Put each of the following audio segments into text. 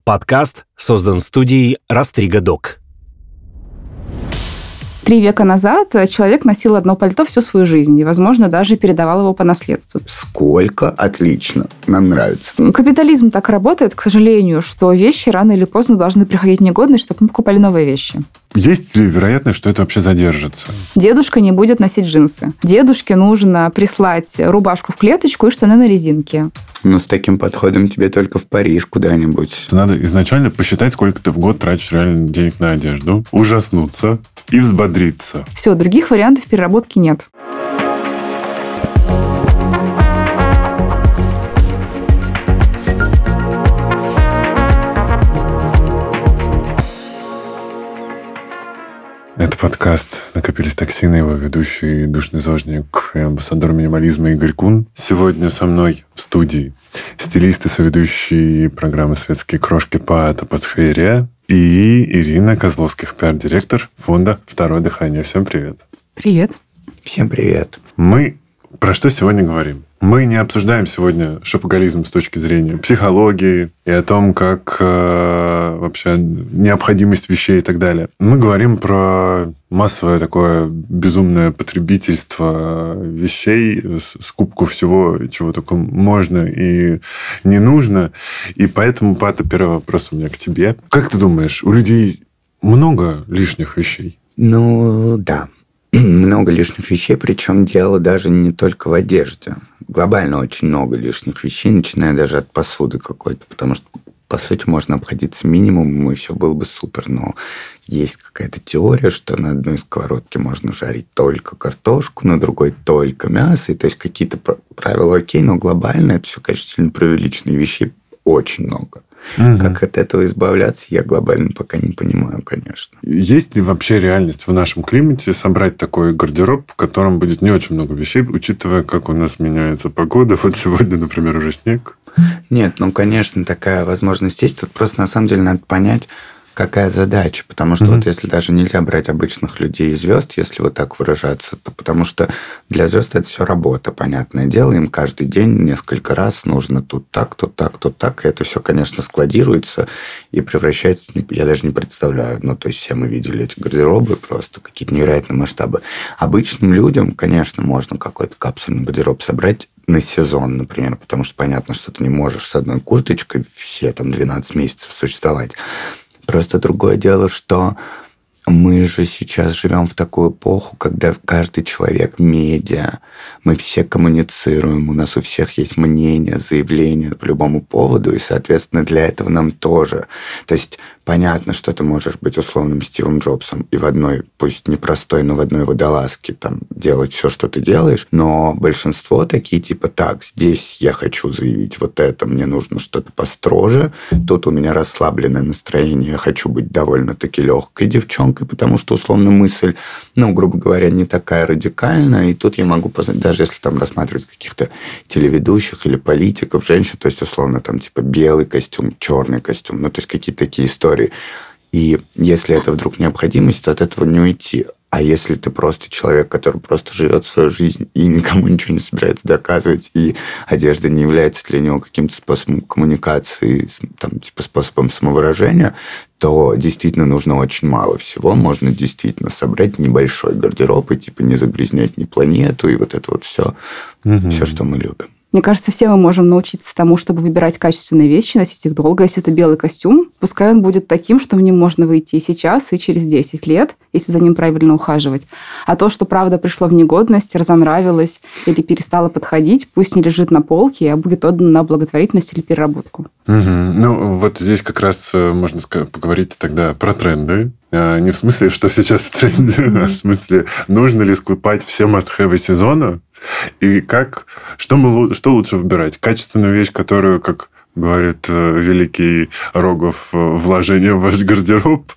Подкаст создан студией Растрига Док. 3 века назад человек носил одно пальто всю свою жизнь и, возможно, даже передавал его по наследству. Сколько? Отлично. Нам нравится. Капитализм так работает, к сожалению, что вещи рано или поздно должны приходить в негодность, чтобы мы покупали новые вещи. Есть ли вероятность, что это вообще задержится? Дедушка не будет носить джинсы. Дедушке нужно прислать рубашку в клеточку и штаны на резинке. Но с таким подходом тебе только в Париж куда-нибудь. Надо изначально посчитать, сколько ты в год тратишь реально денег на одежду, ужаснуться и взбодриться. Все, других вариантов переработки нет. Это подкаст «Накопились токсины», его ведущий душный зожник и амбассадор минимализма Игорь Кун. Сегодня со мной в студии стилист и соведущий программы «Светские крошки» по топосфере и Ирина Козловских, пиар-директор фонда «Второе дыхание». Всем привет. Привет. Всем привет. Мы про что сегодня говорим? Мы не обсуждаем сегодня шопоголизм с точки зрения психологии и о том, как вообще необходимость вещей и так далее. Мы говорим про массовое такое безумное потребительство вещей, скупку всего, чего только можно и не нужно. И поэтому, Пата, первый вопрос у меня к тебе. Как ты думаешь, у людей много лишних вещей? Ну, да. Много лишних вещей, причем дело даже не только в одежде. Глобально очень много лишних вещей, начиная даже от посуды какой-то, потому что, по сути, можно обходиться минимумом, и все было бы супер. Но есть какая-то теория, что на одной сковородке можно жарить только картошку, на другой только мясо. И то есть какие-то правила окей, но глобально это все, конечно, сильно преувеличено, и вещей очень много. Угу. Как от этого избавляться, я глобально пока не понимаю, конечно. Есть ли вообще реальность в нашем климате собрать такой гардероб, в котором будет не очень много вещей, учитывая, как у нас меняется погода? Вот сегодня, например, уже снег. Нет, ну, конечно, такая возможность есть. Тут просто, на самом деле, надо понять, какая задача. Потому что вот если даже нельзя брать обычных людей и звезд, если вот так выражаться, то потому что для звезд это все работа, понятное дело. Им каждый день несколько раз нужно тут так, тут так, тут так. И это все, конечно, складируется и превращается... Я даже не представляю. Ну, то есть все мы видели эти гардеробы, просто какие-то невероятные масштабы. Обычным людям, конечно, можно какой-то капсульный гардероб собрать на сезон, например, потому что понятно, что ты не можешь с одной курточкой все там 12 месяцев существовать. Просто другое дело, что мы же сейчас живем в такую эпоху, когда каждый человек медиа, мы все коммуницируем, у нас у всех есть мнение, заявление по любому поводу, и, соответственно, для этого нам тоже. То есть понятно, что ты можешь быть условным Стивом Джобсом и в одной, пусть непростой, но в одной водолазке там делать все, что ты делаешь, но большинство такие типа, так, здесь я хочу заявить вот это, мне нужно что-то построже, тут у меня расслабленное настроение, я хочу быть довольно-таки легкой девчонкой, потому что, условно, мысль, ну, грубо говоря, не такая радикальная, и тут я могу, даже если там рассматривать каких-то телеведущих или политиков, женщин, то есть, условно, там, типа, белый костюм, черный костюм, ну, то есть, какие-то такие истории. И если это вдруг необходимость, то от этого не уйти. А если ты просто человек, который просто живет свою жизнь и никому ничего не собирается доказывать, и одежда не является для него каким-то способом коммуникации, там, типа способом самовыражения, то действительно нужно очень мало всего. Можно действительно собрать небольшой гардероб и типа не загрязнять ни планету, и вот это вот все, все, что мы любим. Мне кажется, все мы можем научиться тому, чтобы выбирать качественные вещи, носить их долго. Если это белый костюм, пускай он будет таким, что в нем можно выйти и сейчас, и через 10 лет, если за ним правильно ухаживать. А то, что правда пришло в негодность, разонравилось или перестало подходить, пусть не лежит на полке, а будет отдано на благотворительность или переработку. Ну, вот здесь как раз можно поговорить тогда про тренды. Не в смысле, что сейчас в тренде, а в смысле, нужно ли скупать все must-have сезона, и что лучше выбирать? Качественную вещь, которую, как говорит великий Рогов, вложение в ваш гардероб,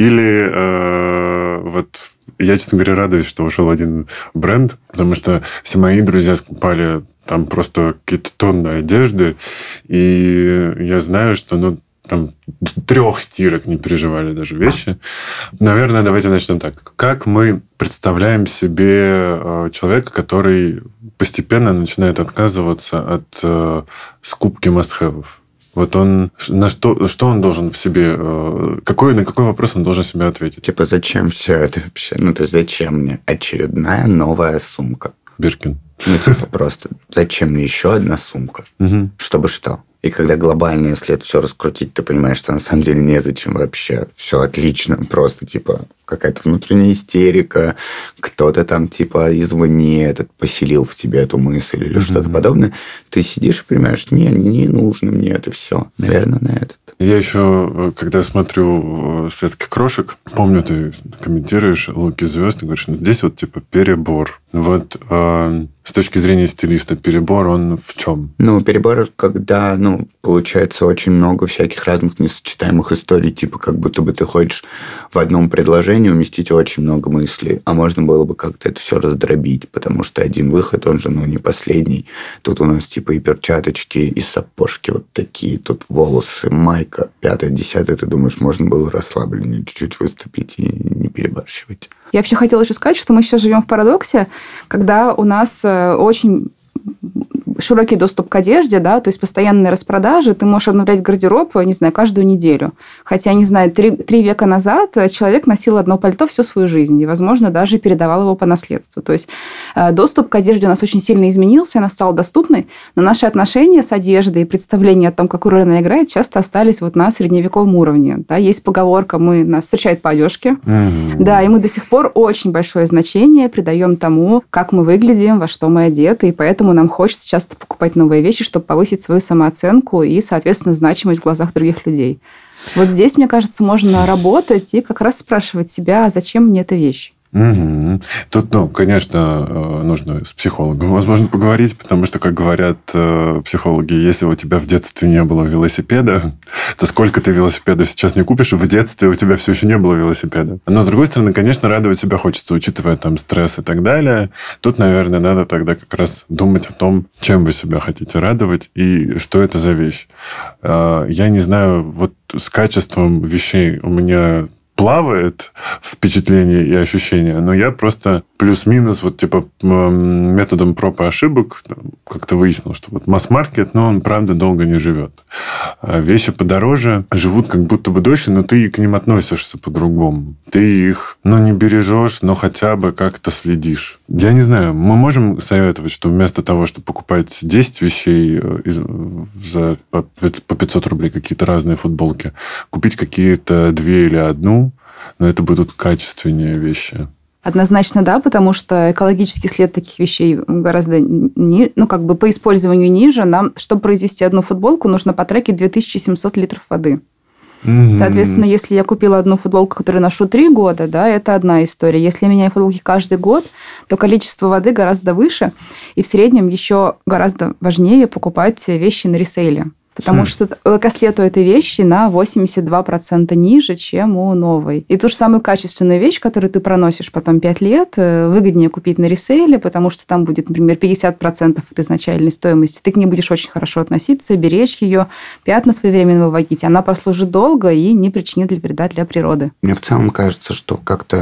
или вот... Я, честно говоря, радуюсь, что ушел один бренд, потому что все мои друзья скупали там просто какие-то тонны одежды, и я знаю, что там 3 стирок не переживали даже вещи. Наверное, давайте начнем так. Как мы представляем себе человека, который постепенно начинает отказываться от скупки must-have'ов? Вот он на что он должен в себе... на какой вопрос он должен себе ответить? Типа, зачем все это вообще? Ну, то есть, зачем мне очередная новая сумка? Биркин. Ну, типа, просто зачем мне еще одна сумка? Чтобы что? И когда глобально, если это все раскрутить, ты понимаешь, что на самом деле незачем вообще. Все отлично. Просто, типа, какая-то внутренняя истерика, кто-то там, типа, извне этот поселил в тебе эту мысль или что-то подобное. Ты сидишь и понимаешь, не нужно мне это все. Наверное, на этот. Я еще, когда смотрю «Светских крошек», помню, ты комментируешь «Луки звезд», и говоришь, ну, здесь вот, типа, перебор. Вот с точки зрения стилиста, перебор, он в чем? Ну, перебор, когда, получается очень много всяких разных несочетаемых историй, типа, как будто бы ты хочешь в одном предложении уместить очень много мыслей, а можно было бы как-то это все раздробить, потому что один выход, он же, не последний. Тут у нас, типа, и перчаточки, и сапожки вот такие, тут волосы, майка, 5-10, ты думаешь, можно было расслабленнее чуть-чуть выступить и не перебарщивать. Я вообще хотела еще сказать, что мы сейчас живем в парадоксе, когда у нас очень широкий доступ к одежде, да, то есть постоянные распродажи, ты можешь обновлять гардероб, не знаю, каждую неделю. Хотя, не знаю, 3 века назад человек носил одно пальто всю свою жизнь, и, возможно, даже передавал его по наследству. То есть доступ к одежде у нас очень сильно изменился, она стала доступной, но наши отношения с одеждой и представления о том, какую роль она играет, часто остались вот на средневековом уровне. Да, есть поговорка «нас встречают по одежке». Да, и мы до сих пор очень большое значение придаем тому, как мы выглядим, во что мы одеты, и поэтому нам хочется часто покупать новые вещи, чтобы повысить свою самооценку и, соответственно, значимость в глазах других людей. Вот здесь, мне кажется, можно работать и как раз спрашивать себя, а зачем мне эта вещь? Тут, конечно, нужно с психологом, возможно, поговорить, потому что, как говорят психологи, если у тебя в детстве не было велосипеда, то сколько ты велосипедов сейчас не купишь, в детстве у тебя все еще не было велосипеда. Но, с другой стороны, конечно, радовать себя хочется, учитывая там стресс и так далее. Тут, наверное, надо тогда как раз думать о том, чем вы себя хотите радовать и что это за вещь. Я не знаю, вот с качеством вещей у меня плавает впечатление и ощущения, но я просто плюс-минус вот типа методом проб и ошибок как-то выяснил, что вот масс-маркет, он, правда, долго не живет. А вещи подороже живут как будто бы дольше, но ты к ним относишься по-другому. Ты их, не бережешь, но хотя бы как-то следишь. Я не знаю, мы можем советовать, что вместо того, чтобы покупать 10 вещей за по 500 рублей, какие-то разные футболки, купить какие-то 2 или 1, но это будут качественнее вещи. Однозначно да, потому что экологический след таких вещей гораздо по использованию ниже. Нам, чтобы произвести одну футболку, нужно потрекать 2700 литров воды. Соответственно, если я купила одну футболку, которую ношу 3 года, да, это одна история. Если я меняю футболки каждый год, то количество воды гораздо выше. И в среднем еще гораздо важнее покупать вещи на ресейле. Потому что экослед у этой вещи на 82% ниже, чем у новой. И ту же самую качественную вещь, которую ты проносишь потом 5 лет, выгоднее купить на ресейле, потому что там будет, например, 50% от изначальной стоимости. Ты к ней будешь очень хорошо относиться, беречь ее, пятна своевременно выводить. Она прослужит долго и не причинит вреда для природы. Мне в целом кажется, что как-то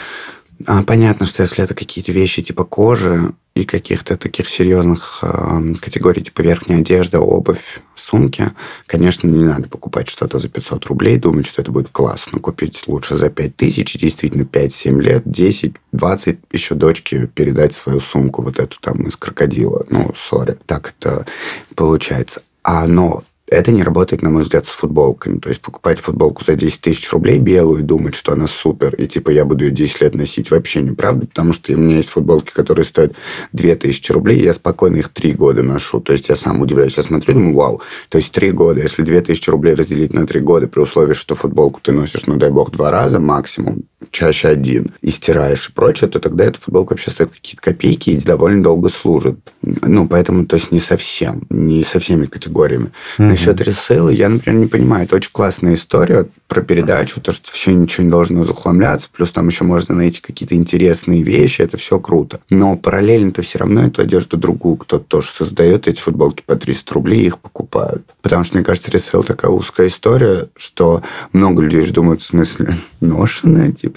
понятно, что если это какие-то вещи типа кожи и каких-то таких серьезных категорий, типа верхняя одежда, обувь, сумки, конечно, не надо покупать что-то за 500 рублей, думать, что это будет классно. Купить лучше за 5000, действительно, 5-7 лет, 10, 20, еще дочке передать свою сумку, вот эту там из крокодила. Сори, так это получается. Но это не работает, на мой взгляд, с футболками. То есть покупать футболку за 10 тысяч рублей белую и думать, что она супер, и типа я буду ее 10 лет носить, вообще неправда, потому что у меня есть футболки, которые стоят 2000 рублей, и я спокойно их 3 года ношу. То есть я сам удивляюсь. Я смотрю, думаю, вау. То есть 3 года, если 2000 рублей разделить на 3 года, при условии, что футболку ты носишь, дай бог, 2 раза максимум, чаще 1, и стираешь и прочее, то тогда эта футболка вообще стоит какие-то копейки и довольно долго служит. Поэтому, то есть не со всеми категориями. Насчет ресейла я, например, не понимаю. Это очень классная история про передачу, то, что все ничего не должно захламляться, плюс там еще можно найти какие-то интересные вещи, это все круто. Но параллельно-то все равно эту одежду другую кто-то тоже создает, эти футболки по 300 рублей, их покупают. Потому что, мне кажется, ресейл такая узкая история, что много людей же думают, в смысле, ношеная, типа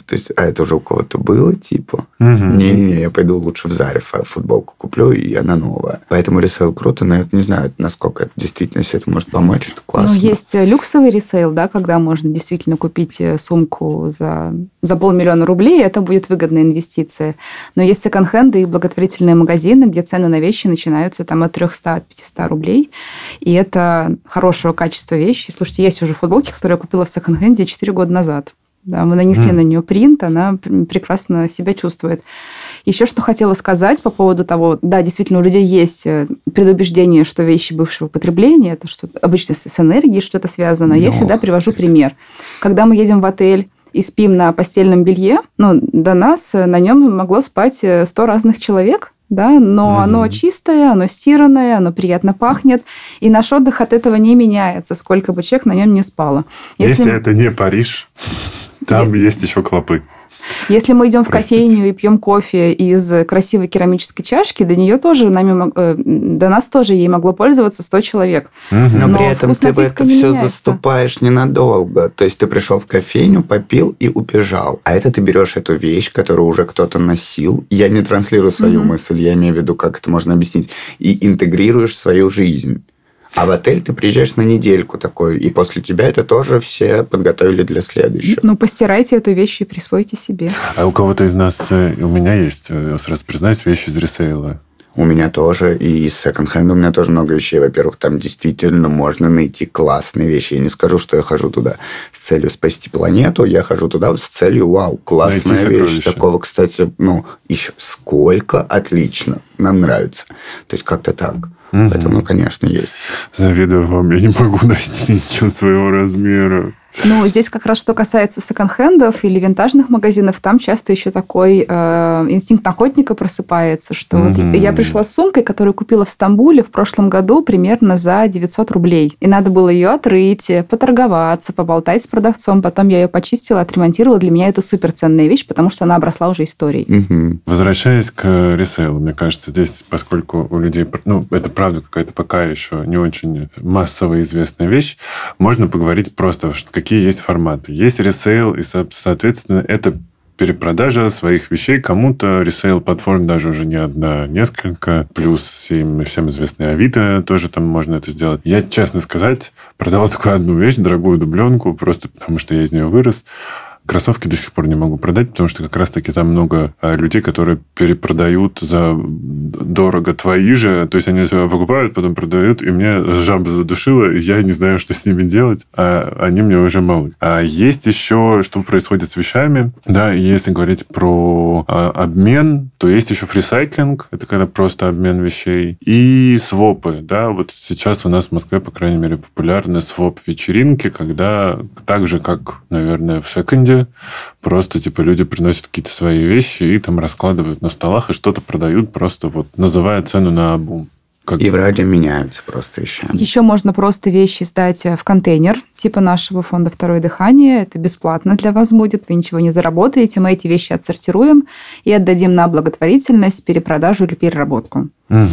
То есть, это уже у кого-то было, типа. Не-не-не, я пойду лучше в Заре футболку куплю, и она новая. Поэтому ресейл круто, но я не знаю, насколько это действительно, если это может помочь, это классно. Ну, есть люксовый ресейл, да, когда можно действительно купить сумку за 500 000 рублей, это будет выгодная инвестиция. Но есть секонд-хенды и благотворительные магазины, где цены на вещи начинаются там от 300-500 рублей. И это хорошего качества вещи. Слушайте, есть уже футболки, которые я купила в секонд-хенде 4 года назад. Да, мы нанесли на нее принт, она прекрасно себя чувствует. Еще что хотела сказать по поводу того, да, действительно, у людей есть предубеждение, что вещи бывшего потребления, это что обычно с энергией что-то связано. Я всегда привожу пример. Когда мы едем в отель и спим на постельном белье, до нас на нем могло спать 100 разных человек, да, но оно чистое, оно стиранное, оно приятно пахнет, и наш отдых от этого не меняется, сколько бы человек на нем не спало. Если это не Париж, там есть еще клопы. Если мы идем в кофейню и пьем кофе из красивой керамической чашки, до нас тоже ей могло пользоваться 100 человек. Но при этом ты в это все заступаешь ненадолго. То есть ты пришел в кофейню, попил и убежал. А это ты берешь эту вещь, которую уже кто-то носил. Я не транслирую свою мысль, я имею в виду, как это можно объяснить. И интегрируешь в свою жизнь. А в отель ты приезжаешь на недельку такой, и после тебя это тоже все подготовили для следующего. Ну, постирайте эту вещь и присвойте себе. А у кого-то из нас, у меня есть, сразу признаюсь, вещи из ресейла. У меня тоже, и из секонд-хенда у меня тоже много вещей. Во-первых, там действительно можно найти классные вещи. Я не скажу, что я хожу туда с целью спасти планету, я хожу туда с целью, вау, классная вещь. Такого, кстати, еще сколько, отлично, нам нравится. То есть, как-то так. Поэтому, конечно, есть. Завидую вам, я не могу найти ничего своего размера. Ну, здесь как раз что касается секонд-хендов или винтажных магазинов, там часто еще такой инстинкт охотника просыпается, что вот я пришла с сумкой, которую купила в Стамбуле в прошлом году примерно за 900 рублей. И надо было ее отрыть, поторговаться, поболтать с продавцом. Потом я ее почистила, отремонтировала. Для меня это суперценная вещь, потому что она обросла уже историей. Возвращаясь к ресейлу, мне кажется, здесь, поскольку у людей, это правда какая-то пока еще не очень массово известная вещь, можно поговорить просто, какие есть форматы. Есть ресейл, и, соответственно, это перепродажа своих вещей кому-то. Ресейл-платформ даже уже не одна, несколько. Плюс всем известный Авито тоже там можно это сделать. Я, честно сказать, продавал такую одну вещь, дорогую дубленку, просто потому что я из нее вырос. Кроссовки до сих пор не могу продать, потому что как раз-таки там много людей, которые перепродают за дорого твои же. То есть они себя покупают, потом продают, и мне жаба задушила, и я не знаю, что с ними делать, а они мне уже малы. А есть еще, что происходит с вещами. Да, если говорить про обмен, то есть еще фрисайклинг, это когда просто обмен вещей, и свопы. Да, вот сейчас у нас в Москве, по крайней мере, популярны своп-вечеринки, когда так же, как, наверное, в секонде, просто люди приносят какие-то свои вещи и там раскладывают на столах и что-то продают, просто называя цену наобум. И вроде меняются просто вещами. Еще можно просто вещи сдать в контейнер, типа нашего фонда «Второе дыхание». Это бесплатно для вас будет, вы ничего не заработаете. Мы эти вещи отсортируем и отдадим на благотворительность, перепродажу или переработку.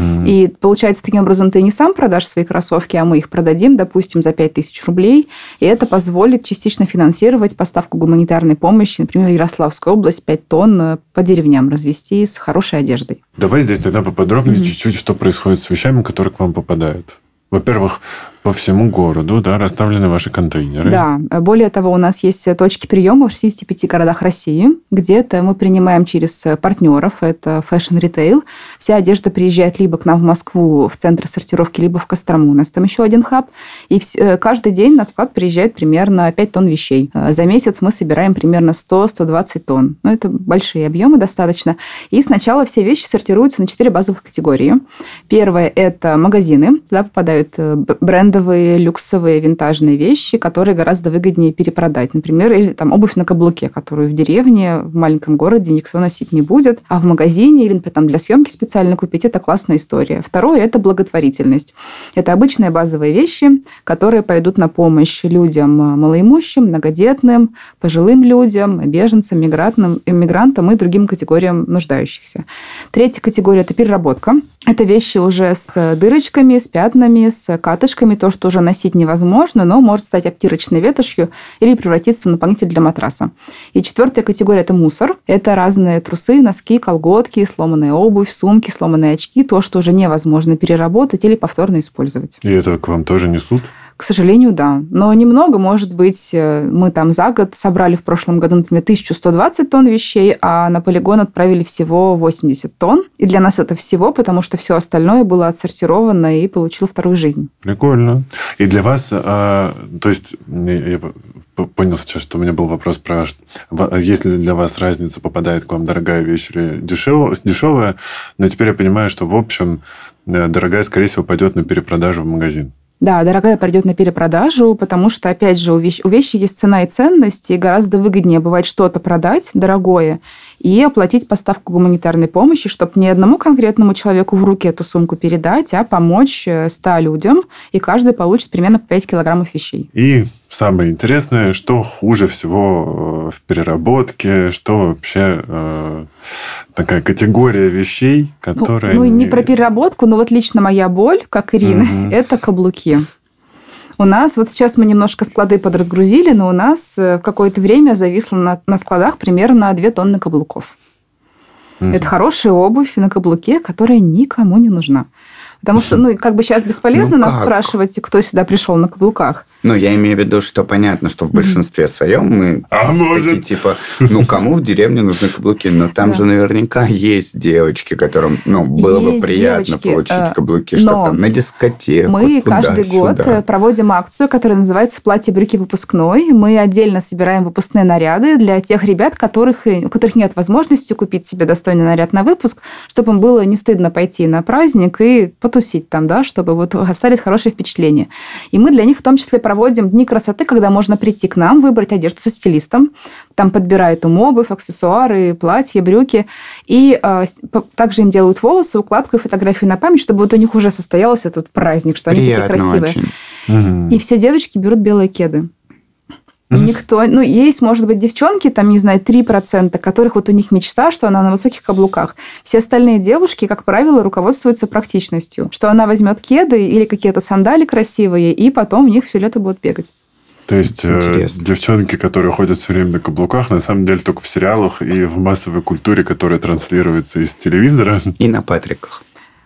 И получается, таким образом, ты не сам продашь свои кроссовки, а мы их продадим, допустим, за 5000 рублей. И это позволит частично финансировать поставку гуманитарной помощи. Например, в Ярославскую область 5 тонн по деревням развезти с хорошей одеждой. Давай здесь тогда поподробнее чуть-чуть, что происходит с вещами, которые к вам попадают. Во-первых, по всему городу, да, расставлены ваши контейнеры. Да. Более того, у нас есть точки приема в 65 городах России. Где-то мы принимаем через партнеров. Это Fashion Retail. Вся одежда приезжает либо к нам в Москву в центр сортировки, либо в Кострому. У нас там еще один хаб. И каждый день на склад приезжает примерно 5 тонн вещей. За месяц мы собираем примерно 100-120 тонн. Но это большие объемы достаточно. И сначала все вещи сортируются на 4 базовых категории. Первое – это магазины. Туда попадают брендовые, люксовые, винтажные вещи, которые гораздо выгоднее перепродать. Например, или там обувь на каблуке, которую в деревне, в маленьком городе никто носить не будет, а в магазине или, например, там для съемки специально купить – это классная история. Второе – это благотворительность. Это обычные базовые вещи, которые пойдут на помощь людям малоимущим, многодетным, пожилым людям, беженцам, иммигрантам и другим категориям нуждающихся. Третья категория – это переработка. Это вещи уже с дырочками, с пятнами, с катышками, то, что уже носить невозможно, но может стать обтирочной ветошью или превратиться в наполнитель для матраса. И 4-я категория – это мусор. Это разные трусы, носки, колготки, сломанная обувь, сумки, сломанные очки, то, что уже невозможно переработать или повторно использовать. И это к вам тоже несут? К сожалению, да. Но немного, может быть, мы там за год собрали в прошлом году, например, 1120 тонн вещей, а на полигон отправили всего 80 тонн. И для нас это всего, потому что все остальное было отсортировано и получило вторую жизнь. Прикольно. И для вас, то есть, я понял сейчас, что у меня был вопрос про, если для вас разница, попадает к вам дорогая вещь или дешевая, но теперь я понимаю, что, в общем, дорогая, скорее всего, пойдет на перепродажу в магазин. Да, дорогая пойдет на перепродажу, потому что, опять же, у вещи есть цена и ценность, и гораздо выгоднее бывает что-то продать дорогое и оплатить поставку гуманитарной помощи, чтобы не одному конкретному человеку в руки эту сумку передать, а помочь 100 людям, и каждый получит примерно 5 килограммов вещей. И самое интересное, что хуже всего в переработке, что вообще такая категория вещей, которая... Ну, не про переработку, но вот лично моя боль, как Ирины, это каблуки. У нас, вот сейчас мы немножко склады подразгрузили, но у нас в какое-то время зависло на складах примерно 2 тонны каблуков. Это хорошая обувь на каблуке, которая никому не нужна. Потому что, сейчас бесполезно нас спрашивать, кто сюда пришел на каблуках. Я имею в виду, что понятно, что в большинстве своем мы такие, кому в деревне нужны каблуки? Но там же наверняка есть девочки, которым, было бы приятно получить каблуки, чтобы там на дискотеку, мы каждый год проводим акцию, которая называется «Платье-брюки выпускной». Мы отдельно собираем выпускные наряды для тех ребят, у которых нет возможности купить себе достойный наряд на выпуск, чтобы им было не стыдно пойти на праздник и потусить там, да, чтобы вот остались хорошие впечатления. И мы для них в том числе проводим дни красоты, когда можно прийти к нам, выбрать одежду со стилистом, там подбирают им обувь, аксессуары, платья, брюки, и также им делают волосы, укладку и фотографию на память, чтобы вот у них уже состоялся этот праздник, что они такие красивые. Очень. И все девочки берут белые кеды. Никто... есть, может быть, девчонки, 3%, которых вот у них мечта, что она на высоких каблуках. Все остальные девушки, как правило, руководствуются практичностью, что она возьмет кеды или какие-то сандали красивые, и потом в них все лето будут бегать. То есть девчонки, которые ходят все время на каблуках, на самом деле только в сериалах и в массовой культуре, которая транслируется из телевизора. И на Патриках.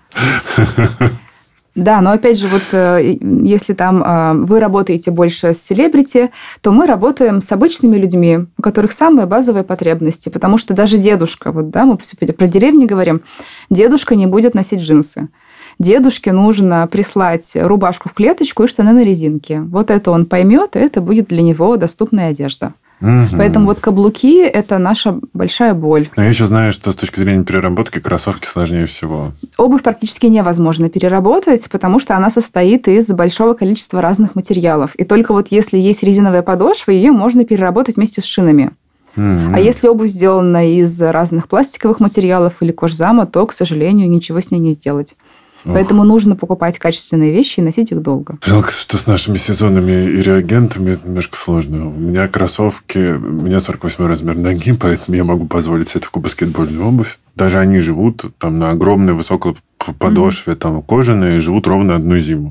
Да, но опять же, вот если там вы работаете больше с селебрити, то мы работаем с обычными людьми, у которых самые базовые потребности, потому что даже дедушка, мы все про деревни говорим, дедушка не будет носить джинсы. Дедушке нужно прислать рубашку в клеточку и штаны на резинке. Вот это он поймет, и это будет для него доступная одежда. Угу. Поэтому вот каблуки – это наша большая боль. Но я еще знаю, что с точки зрения переработки кроссовки сложнее всего. Обувь практически невозможно переработать, потому что она состоит из большого количества разных материалов. И только вот если есть резиновая подошва, ее можно переработать вместе с шинами. А если обувь сделана из разных пластиковых материалов или кожзама, то, к сожалению, ничего с ней не сделать. Поэтому нужно покупать качественные вещи и носить их долго. Жалко, что с нашими сезонами и реагентами это немножко сложно. У меня кроссовки, у меня 48 размер ноги, поэтому я могу позволить себе такую баскетбольную обувь. Даже они живут там на огромной высокой подошве, там кожаные, живут ровно одну зиму.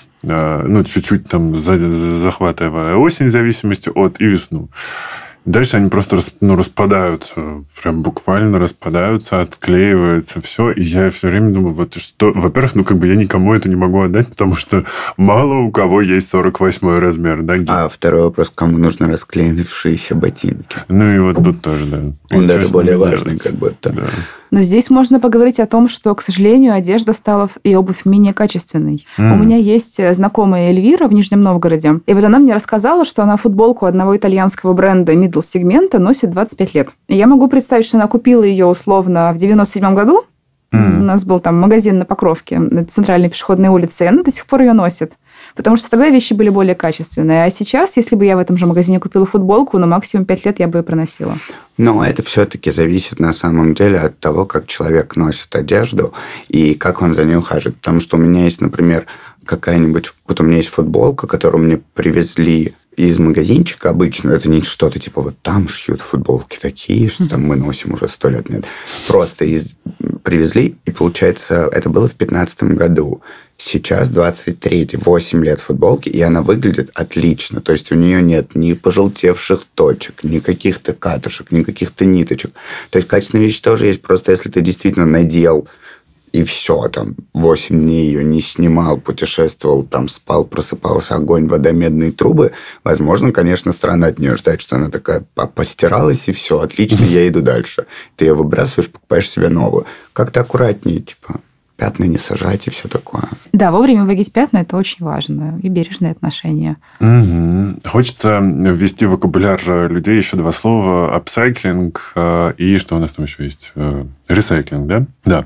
Чуть-чуть там захватывая осень в зависимости от и весну. Дальше они просто распадаются, прям буквально распадаются, отклеивается все. И я все время думаю, во-первых, я никому это не могу отдать, потому что мало у кого есть 48 размер. Да? А второй вопрос, кому нужны расклеившиеся ботинки? И вот тут тоже, да. Он даже более важный, как будто. Да. Но здесь можно поговорить о том, что, к сожалению, одежда стала и обувь менее качественной. У меня есть знакомая Эльвира в Нижнем Новгороде. И вот она мне рассказала, что она футболку одного итальянского бренда middle-сегмента носит 25 лет. И я могу представить, что она купила ее условно в 97 году. У нас был там магазин на Покровке, на центральной пешеходной улице, и она до сих пор ее носит. Потому что тогда вещи были более качественные. А сейчас, если бы я в этом же магазине купила футболку, максимум 5 лет я бы ее проносила. Но это все-таки зависит на самом деле от того, как человек носит одежду и как он за ней ухаживает. Потому что у меня есть, например, какая-нибудь... Вот у меня есть футболка, которую мне привезли из магазинчика обычно, это не что-то типа вот там шьют футболки такие, что там мы носим уже 100 лет, нет. Просто привезли, и получается, это было в 2015 году. Сейчас 23-й, 8 лет футболки, и она выглядит отлично. То есть у нее нет ни пожелтевших точек, ни каких-то катышек, ни каких-то ниточек. То есть качественная вещь тоже есть, просто если ты действительно надел и все, там, 8 дней ее не снимал, путешествовал, там, спал, просыпался, огонь, вода, медные трубы, возможно, конечно, странно от нее ждать, что она такая постиралась, и все, отлично, я иду дальше. Ты ее выбрасываешь, покупаешь себе новую. Как-то аккуратнее, типа, пятна не сажать и все такое. Да, вовремя выводить пятна – это очень важно. И бережное отношение. Угу. Хочется ввести в вокабуляр людей еще 2 слова. Апсайклинг и что у нас там еще есть? Ресайклинг, да? Да.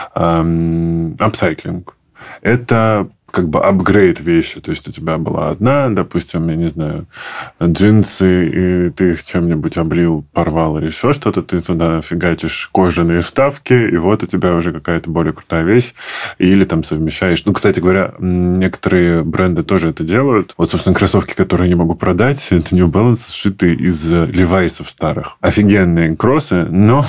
Апсайклинг. Это как бы апгрейд вещи. То есть у тебя была одна, допустим, я не знаю, джинсы, и ты их чем-нибудь облил, порвал или еще что-то, ты туда фигачишь кожаные вставки, и вот у тебя уже какая-то более крутая вещь. Или там совмещаешь. Ну, кстати говоря, некоторые бренды тоже это делают. Вот, собственно, кроссовки, которые я не могу продать, это New Balance, сшитые из левайсов старых. Офигенные кроссы, но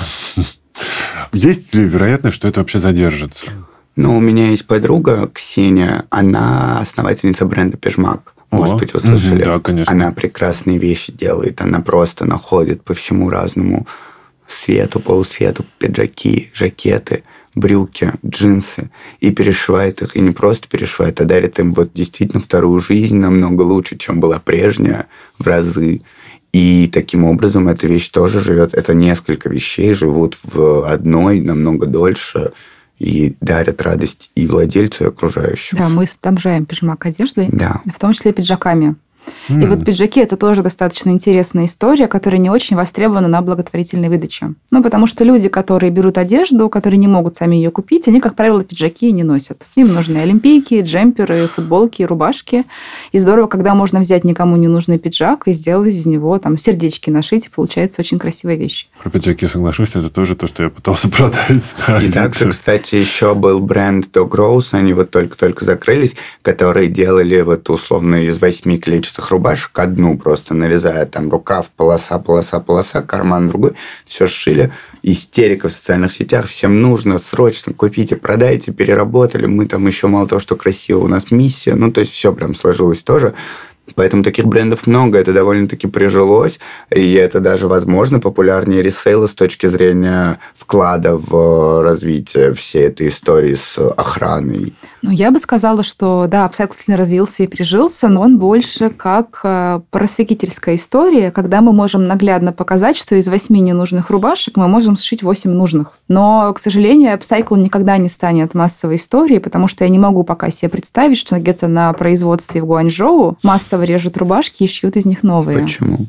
есть ли вероятность, что это вообще задержится? Ну, у меня есть подруга, Ксения, она основательница бренда «Пижмак». Может быть, вы слышали? Да, конечно. Она прекрасные вещи делает, она просто находит по всему разному свету, полусвету пиджаки, жакеты, брюки, джинсы, и перешивает их, и не просто перешивает, а дарит им вот действительно вторую жизнь намного лучше, чем была прежняя, в разы. И таким образом эта вещь тоже живет, это несколько вещей живут в одной намного дольше, и дарят радость и владельцу, и окружающим. Да, мы снабжаем пижмак одеждой, да. В том числе пиджаками. И вот пиджаки – это тоже достаточно интересная история, которая не очень востребована на благотворительной выдаче. Ну, потому что люди, которые берут одежду, которые не могут сами ее купить, они, как правило, пиджаки не носят. Им нужны олимпийки, джемперы, футболки, рубашки. И здорово, когда можно взять никому не нужный пиджак и сделать из него там сердечки нашить, и получается очень красивая вещь. Про пиджаки соглашусь, это тоже то, что я пытался продать. И также, кстати, еще был бренд Dog Rose, они вот только-только закрылись, которые делали вот условно из 8 клетчатых рубашек одну, просто нарезая там рукав, полоса, карман другой, все сшили. Истерика в социальных сетях, всем нужно срочно купите, продайте, переработали, мы там еще мало того, что красиво, у нас миссия, ну, то есть все прям сложилось тоже. Поэтому таких брендов много, это довольно-таки прижилось, и это даже, возможно, популярнее ресейла с точки зрения вклада в развитие всей этой истории с охраной. Ну, я бы сказала, что, да, апсайкл сильно развился и прижился, но он больше как просветительская история, когда мы можем наглядно показать, что из 8 ненужных рубашек мы можем сшить 8 нужных. Но, к сожалению, апсайкл никогда не станет массовой историей, потому что я не могу пока себе представить, что где-то на производстве в Гуанчжоу массово режут рубашки и шьют из них новые. Почему?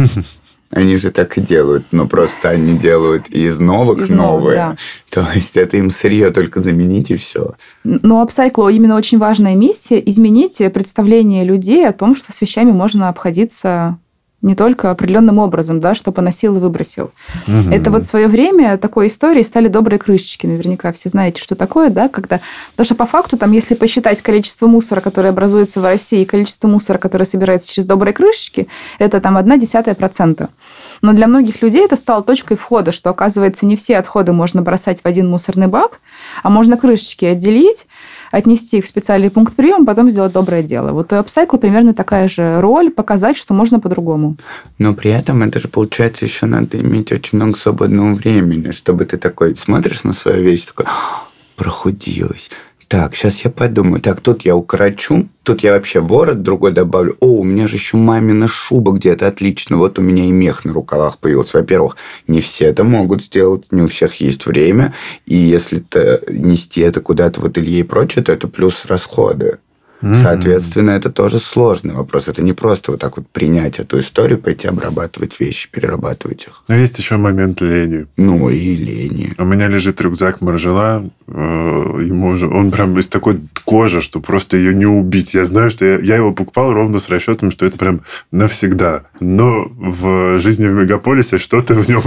Они же так и делают, но просто они делают из новых новые. Да. То есть это им сырье только заменить и все. Но апсайклу именно очень важная миссия – изменить представление людей о том, что с вещами можно обходиться не только определенным образом, да, что поносил и выбросил. Угу. Это вот в свое время такой историей стали добрые крышечки. Наверняка все знаете, что такое, да, когда... Потому что по факту, там, если посчитать количество мусора, которое образуется в России, и количество мусора, которое собирается через добрые крышечки, это там 0,1%. Но для многих людей это стало точкой входа, что, оказывается, не все отходы можно бросать в один мусорный бак, а можно крышечки отделить, отнести их в специальный пункт приема, потом сделать доброе дело. Вот у апсайкла примерно такая же роль, показать, что можно по-другому. Но при этом это же, получается, еще надо иметь очень много свободного времени, чтобы ты такой смотришь на свою вещь, такой, прохудилась. Так, сейчас я подумаю. Так, тут я укорочу, тут я вообще ворот другой добавлю. О, у меня же еще мамина шуба где-то, отлично. Вот у меня и мех на рукавах появился. Во-первых, не все это могут сделать, не у всех есть время. И если нести это куда-то в ателье и прочее, то это плюс расходы. Соответственно, это тоже сложный вопрос. Это не просто вот так вот принять эту историю, пойти обрабатывать вещи, перерабатывать их. Но есть еще момент лени. Ну и лени. У меня лежит рюкзак Маржела. Ему уже, он прям из такой кожи, что просто ее не убить. Я знаю, что я его покупал ровно с расчетом, что это прям навсегда. Но в жизни в мегаполисе что ты в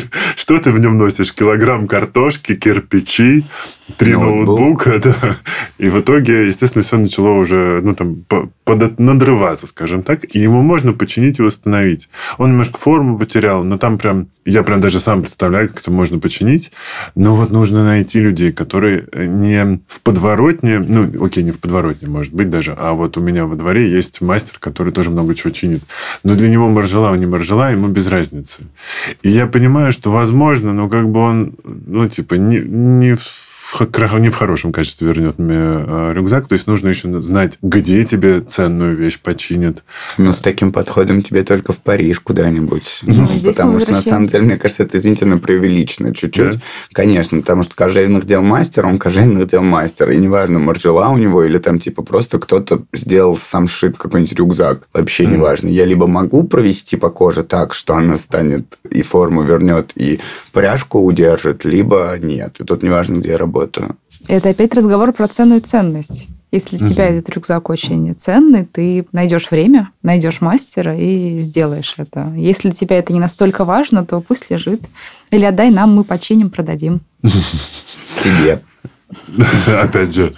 нем носишь? Килограмм картошки, кирпичи, 3 ноутбука. Да. И в итоге, естественно, все начало уже надрываться, скажем так, и ему можно починить и восстановить. Он немножко форму потерял, но там прям... Я прям даже сам представляю, как это можно починить. Но вот нужно найти людей, которые не в подворотне... Ну, окей, не в подворотне, может быть, даже. А вот у меня во дворе есть мастер, который тоже много чего чинит. Но для него маржела, не маржела, ему без разницы. И я понимаю, что возможно, но как бы он, ну, типа, не в хорошем качестве вернет мне рюкзак. То есть нужно еще знать, где тебе ценную вещь починят. Ну, с таким подходом тебе только в Париж куда-нибудь. Потому что, на самом деле, мне кажется, это, извините, преувеличено чуть-чуть. Да? Конечно, потому что кожевенных дел мастер, он кожевенных дел мастер. И неважно, маржела у него или там типа просто кто-то сделал сам шит какой-нибудь рюкзак. Вообще неважно. Я либо могу провести по коже так, что она станет и форму вернет, и пряжку удержит, либо нет. И тут неважно, где я работаю. Это опять разговор про цену и ценность. Если для тебя этот рюкзак очень ценный, ты найдешь время, найдешь мастера и сделаешь это. Если для тебя это не настолько важно, то пусть лежит. Или отдай нам, мы починим, продадим. Тебе. Опять же,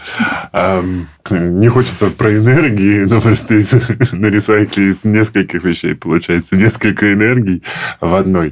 не хочется про энергии, но просто на ресайкле из нескольких вещей получается несколько энергий в одной.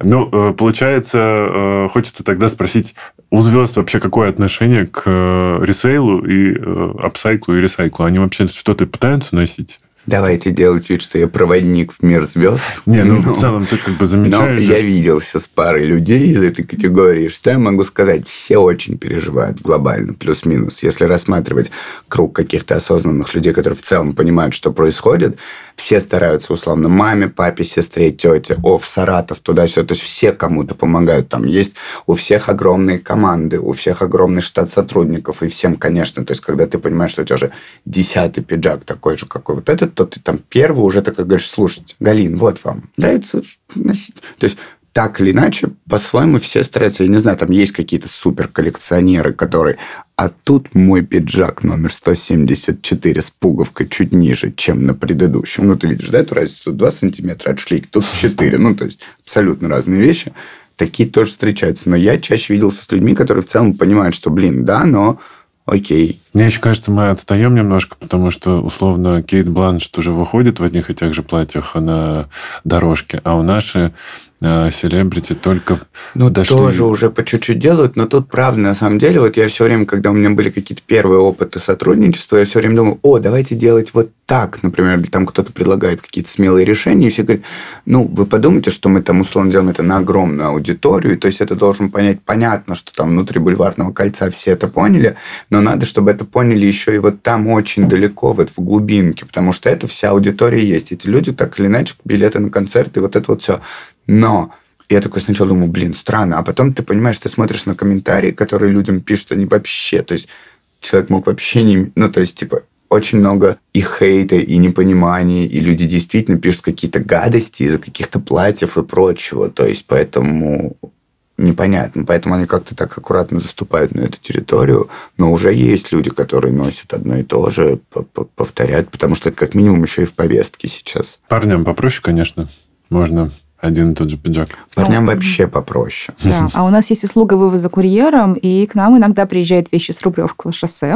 Но получается, хочется тогда спросить, у звезд вообще какое отношение к ресейлу и апсайклу и ресайклу? Они вообще что-то пытаются носить? Давайте делать вид, что я проводник в мир звезд. Не, ну в целом ты как бы замечаешь. Но я виделся с парой людей из этой категории. Что я могу сказать? Все очень переживают глобально, плюс-минус. Если рассматривать круг каких-то осознанных людей, которые в целом понимают, что происходит, все стараются, условно, маме, папе, сестре, тете, в Саратов, туда-сюда. То есть все кому-то помогают. Там есть у всех огромные команды, у всех огромный штат сотрудников. И всем, конечно, то есть когда ты понимаешь, что у тебя уже 10-й пиджак такой же, какой вот этот, то ты там первый уже такой говоришь, слушайте, Галин, вот вам, нравится носить? То есть так или иначе, по-своему все стараются. Я не знаю, там есть какие-то суперколлекционеры, которые... А тут мой пиджак номер 174 с пуговкой чуть ниже, чем на предыдущем. Ну, ты видишь, да, эту разницу? Тут 2 сантиметра от шлейки, тут 4. Ну, то есть абсолютно разные вещи. Такие тоже встречаются. Но я чаще виделся с людьми, которые в целом понимают, что, да, но... Окей. Мне еще кажется, мы отстаем немножко, потому что, условно, Кейт Бланш тоже выходит в одних и тех же платьях на дорожке, а у нашей селебрити только дошли... тоже уже по чуть-чуть делают, но тут правда, на самом деле, вот я все время, когда у меня были какие-то первые опыты сотрудничества, я все время думал, давайте делать вот так, например, или там кто-то предлагает какие-то смелые решения, и все говорят, вы подумайте, что мы там условно делаем это на огромную аудиторию, то есть это должен понять, понятно, что там внутри Бульварного кольца все это поняли, но надо, чтобы это поняли еще и вот там очень далеко, вот в глубинке, потому что это вся аудитория есть. Эти люди так или иначе, билеты на концерты, вот это вот все. Но я такой сначала думаю, странно, а потом ты понимаешь, ты смотришь на комментарии, которые людям пишут, они вообще, то есть человек мог вообще не... Ну, то есть, типа, очень много и хейта, и непонимания, и люди действительно пишут какие-то гадости из-за каких-то платьев и прочего. То есть, поэтому непонятно. Поэтому они как-то так аккуратно заступают на эту территорию. Но уже есть люди, которые носят одно и то же, повторяют, потому что это как минимум еще и в повестке сейчас. Парням попроще, конечно. Можно один и тот же пиджак. Парням вообще попроще. Да. А у нас есть услуга вывоза курьером, и к нам иногда приезжают вещи с Рублевского шоссе.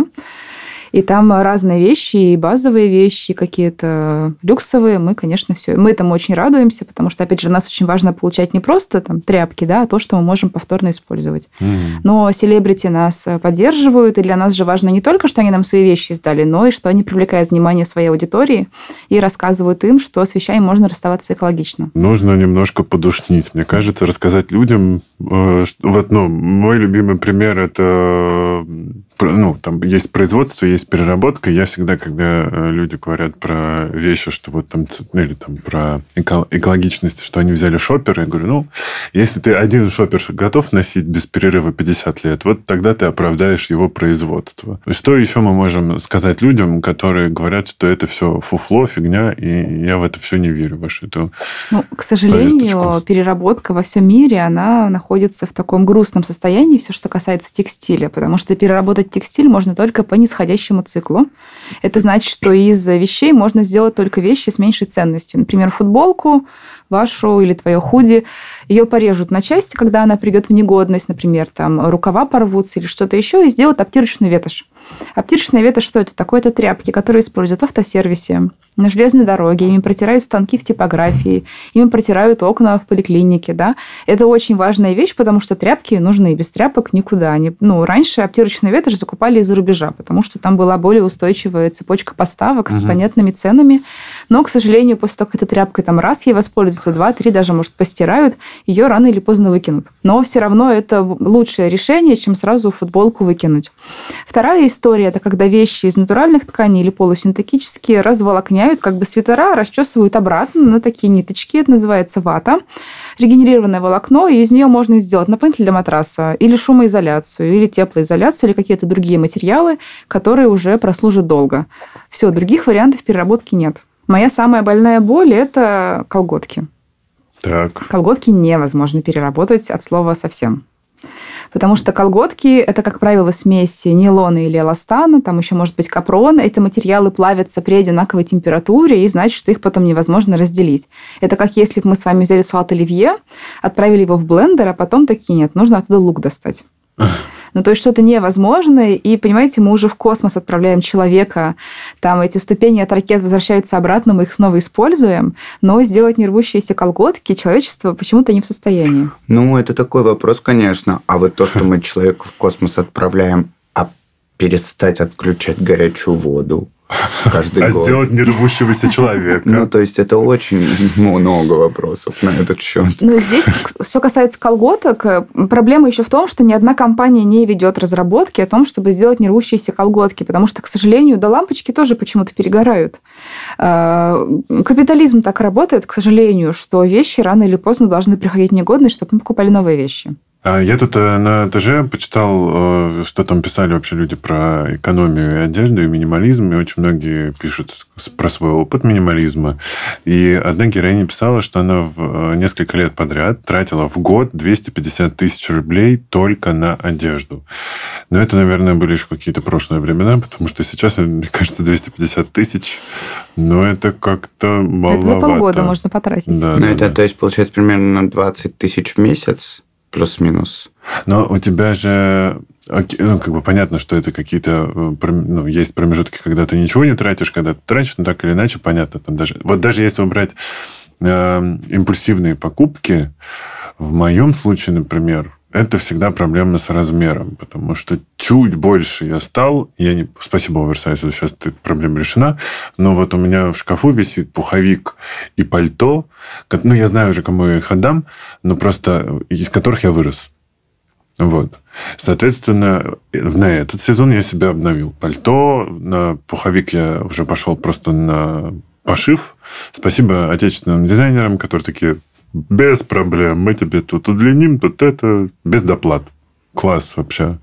И там разные вещи, и базовые вещи, какие-то люксовые. Мы, конечно, мы этому очень радуемся, потому что, опять же, нас очень важно получать не просто там тряпки, а то, что мы можем повторно использовать. Но селебрити нас поддерживают, и для нас же важно не только, что они нам свои вещи сдали, но и что они привлекают внимание своей аудитории и рассказывают им, что с вещами можно расставаться экологично. Нужно немножко подушнить. Мне кажется, рассказать людям... мой любимый пример – это... там есть производство, есть переработка. Я всегда, когда люди говорят про вещи, что вот там, или там про экологичность, что они взяли шопер, я говорю, если ты один шопер готов носить без перерыва 50 лет, вот тогда ты оправдаешь его производство. Что еще мы можем сказать людям, которые говорят, что это все фуфло, фигня, и я в это все не верю, вашу эту к сожалению, переработка во всем мире, она находится в таком грустном состоянии, все, что касается текстиля, потому что переработать текстиль можно только по нисходящему циклу. Это значит, что из вещей можно сделать только вещи с меньшей ценностью. Например, футболку вашу или твое худи, ее порежут на части, когда она придет в негодность, например, там рукава порвутся или что-то еще, и сделают обтирочную ветошь. Обтирочная вета что это такое? Это тряпки, которые используют в автосервисе, на железной дороге, ими протирают станки в типографии, ими протирают окна в поликлинике, да. Это очень важная вещь, потому что тряпки нужны, и без тряпок никуда. Раньше обтирочную ветошь закупали из-за рубежа, потому что там была более устойчивая цепочка поставок с понятными ценами. Но, к сожалению, после того, как этой тряпкой там раз ей воспользуются, 2-3 даже, может, постирают, ее рано или поздно выкинут. Но все равно это лучшее решение, чем сразу футболку выкинуть. Вторая история – это когда вещи из натуральных тканей или полусинтетические разволокняют, как бы свитера расчесывают обратно на такие ниточки. Это называется вата. Регенерированное волокно, и из нее можно сделать наполнитель для матраса, или шумоизоляцию, или теплоизоляцию, или какие-то другие материалы, которые уже прослужат долго. Все, других вариантов переработки нет. Моя самая больная боль – это колготки. Так. Колготки невозможно переработать от слова совсем. Потому что колготки – это, как правило, смесь нейлона или эластана, там еще может быть капрон. Эти материалы плавятся при одинаковой температуре, и значит, что их потом невозможно разделить. Это как если бы мы с вами взяли салат оливье, отправили его в блендер, а потом такие нет, нужно оттуда лук достать. То есть что-то невозможное, и, понимаете, мы уже в космос отправляем человека, там эти ступени от ракет возвращаются обратно, мы их снова используем, но сделать нервущиеся колготки человечество почему-то не в состоянии. Это такой вопрос, конечно. А вот то, что мы человека в космос отправляем, а перестать отключать горячую воду каждый год. А сделать нервущегося человека. То есть это очень много вопросов на этот счет. Здесь все касается колготок. Проблема еще в том, что ни одна компания не ведет разработки о том, чтобы сделать нервущиеся колготки, потому что, к сожалению, лампочки тоже почему-то перегорают. Капитализм так работает, к сожалению, что вещи рано или поздно должны приходить в негодность, чтобы мы покупали новые вещи. Я тут на ТЖ почитал, что там писали вообще люди про экономию и одежду, и минимализм, и очень многие пишут про свой опыт минимализма. И одна героиня писала, что она в несколько лет подряд тратила в год 250 тысяч рублей только на одежду. Но это, наверное, были еще какие-то прошлые времена, потому что сейчас, мне кажется, 250 тысяч, это как-то маловато. Это за полгода можно потратить. Да, это, то есть, получается, примерно 20 тысяч в месяц. Плюс-минус. Но у тебя же, понятно, что это какие-то, есть промежутки, когда ты ничего не тратишь, когда ты тратишь, но так или иначе, понятно, там даже если убрать импульсивные покупки, в моем случае, например, это всегда проблема с размером, потому что чуть больше я стал, спасибо оверсайзу, сейчас эта проблема решена, но вот у меня в шкафу висит пуховик и пальто, я знаю уже, кому я их отдам, но просто из которых я вырос. Соответственно, на этот сезон я себя обновил. Пальто, на пуховик я уже пошел просто на пошив. Спасибо отечественным дизайнерам, которые такие... Без проблем. Мы тебе тут удлиним, тут это, без доплат. Класс вообще.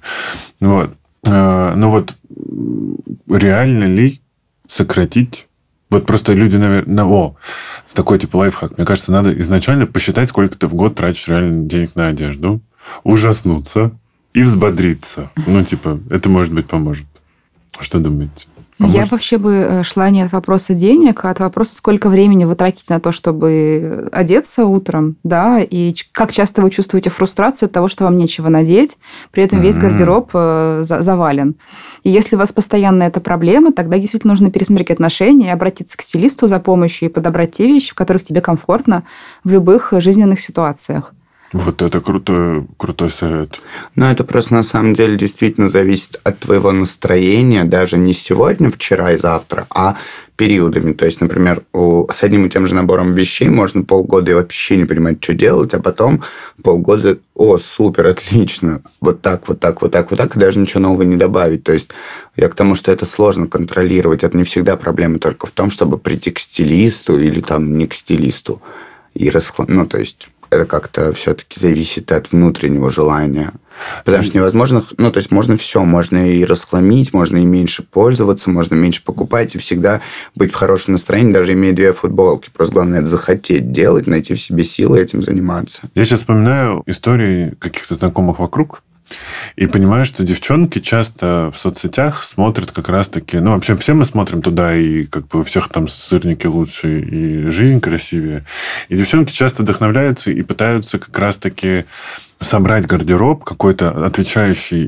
Но реально ли сократить? Просто люди, наверное... такой лайфхак. Мне кажется, надо изначально посчитать, сколько ты в год тратишь реально денег на одежду, ужаснуться и взбодриться. Это, может быть, поможет. Что думаете? Я вообще бы шла не от вопроса денег, а от вопроса, сколько времени вы тратите на то, чтобы одеться утром, да, и как часто вы чувствуете фрустрацию от того, что вам нечего надеть, при этом весь гардероб завален. И если у вас постоянно эта проблема, тогда действительно нужно пересмотреть отношения, обратиться к стилисту за помощью и подобрать те вещи, в которых тебе комфортно в любых жизненных ситуациях. Это крутой совет. Это просто на самом деле действительно зависит от твоего настроения, даже не сегодня, вчера и завтра, а периодами. То есть, например, с одним и тем же набором вещей можно полгода и вообще не понимать, что делать, а потом полгода, супер, отлично, вот так, и даже ничего нового не добавить. То есть, я к тому, что это сложно контролировать. Это не всегда проблема только в том, чтобы прийти к стилисту или не к стилисту и то есть... Это как-то все-таки зависит от внутреннего желания. Потому что невозможно... можно все. Можно и расхламить, можно и меньше пользоваться, можно меньше покупать, и всегда быть в хорошем настроении, даже имея 2 футболки. Просто главное это захотеть делать, найти в себе силы этим заниматься. Я сейчас вспоминаю истории каких-то знакомых вокруг, и понимаю, что девчонки часто в соцсетях смотрят как раз-таки... вообще все мы смотрим туда, и у всех там сырники лучше, и жизнь красивее. И девчонки часто вдохновляются и пытаются как раз-таки собрать гардероб какой-то, отвечающий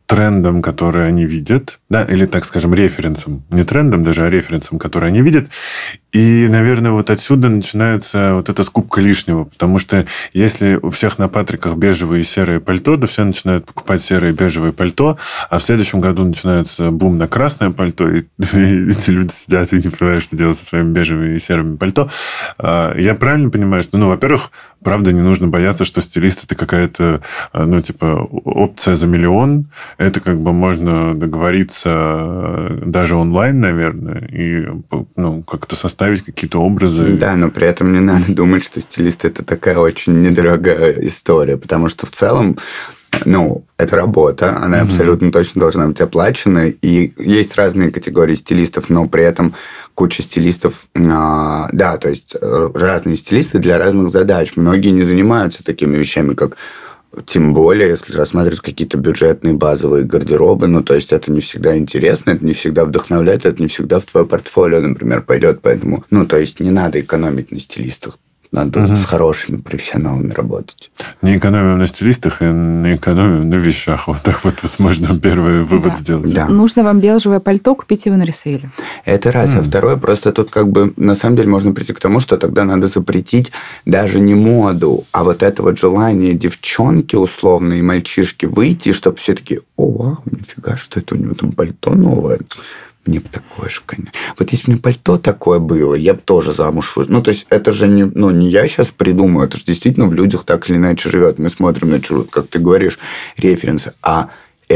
трендам, которые они видят, да, или, так скажем, референсам. Не трендам даже, а референсам, которые они видят. И, наверное, вот отсюда начинается вот эта скупка лишнего. Потому что если у всех на Патриках бежевые и серые пальто, то все начинают покупать серые и бежевые пальто, а в следующем году начинается бум на красное пальто, и эти люди сидят и не понимают, что делать со своими бежевыми и серыми пальто. Я правильно понимаю, что, во-первых, правда, не нужно бояться, что стилист – это какая-то, опция за миллион. Это как бы можно договориться даже онлайн, наверное, и как-то составить какие-то образы. Да, но при этом не надо думать, что стилист – это такая очень недорогая история, потому что в целом это работа, она абсолютно точно должна быть оплачена. И есть разные категории стилистов, но при этом куча стилистов, то есть разные стилисты для разных задач. Многие не занимаются такими вещами, как тем более, если рассматривать какие-то бюджетные базовые гардеробы, то есть это не всегда интересно, это не всегда вдохновляет, это не всегда в твое портфолио, например, пойдет. Поэтому, то есть не надо экономить на стилистах. Надо с хорошими профессионалами работать. Не экономим на стилистах и не экономим на вещах. Вот так вот можно первый вывод сделать. Да. Нужно вам бежевое пальто, купить его на ресейле. Это раз. А второе, просто тут на самом деле можно прийти к тому, что тогда надо запретить даже не моду, а вот это вот желание девчонки условно и мальчишки выйти, чтобы все таки вау, нифига, что это у него там пальто новое. Мне бы такое же, конечно. Вот если бы мне пальто такое было, я бы тоже замуж вышла. То есть, это же не я сейчас придумаю, это же действительно в людях так или иначе живет. Мы смотрим на чужие, как ты говоришь, референсы. А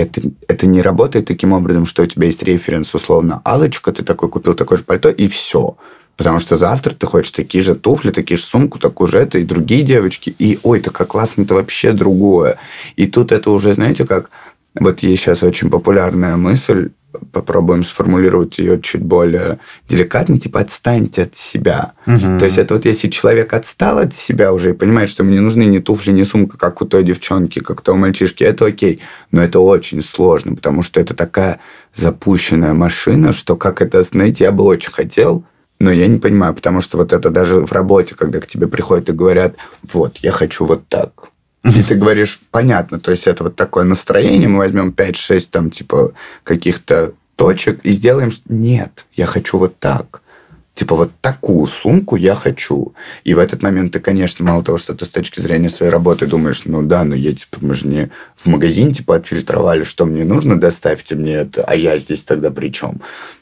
это не работает таким образом, что у тебя есть референс, условно, Аллочка, ты такой купил такое же пальто, и все. Потому что завтра ты хочешь такие же туфли, такие же сумку, такую же и другие девочки. И, ой, так как классно, это вообще другое. И тут это уже, знаете, как... Вот есть сейчас очень популярная мысль, попробуем сформулировать ее чуть более деликатно, типа отстаньте от себя. То есть это вот если человек отстал от себя уже и понимает, что ему не нужны ни туфли, ни сумка, как у той девчонки, как у того мальчишки, это окей. Но это очень сложно, потому что это такая запущенная машина, что как это, знаете, я бы очень хотел, но я не понимаю, потому что вот это даже в работе, когда к тебе приходят и говорят, вот, я хочу вот так. И ты говоришь, понятно, то есть это вот такое настроение, мы возьмем 5-6 там типа каких-то точек и сделаем, что нет, я хочу вот так. Типа вот такую сумку я хочу. И в этот момент ты, конечно, мало того, что ты с точки зрения своей работы думаешь, мы же не в магазине типа отфильтровали, что мне нужно, доставьте мне это, а я здесь тогда при чем?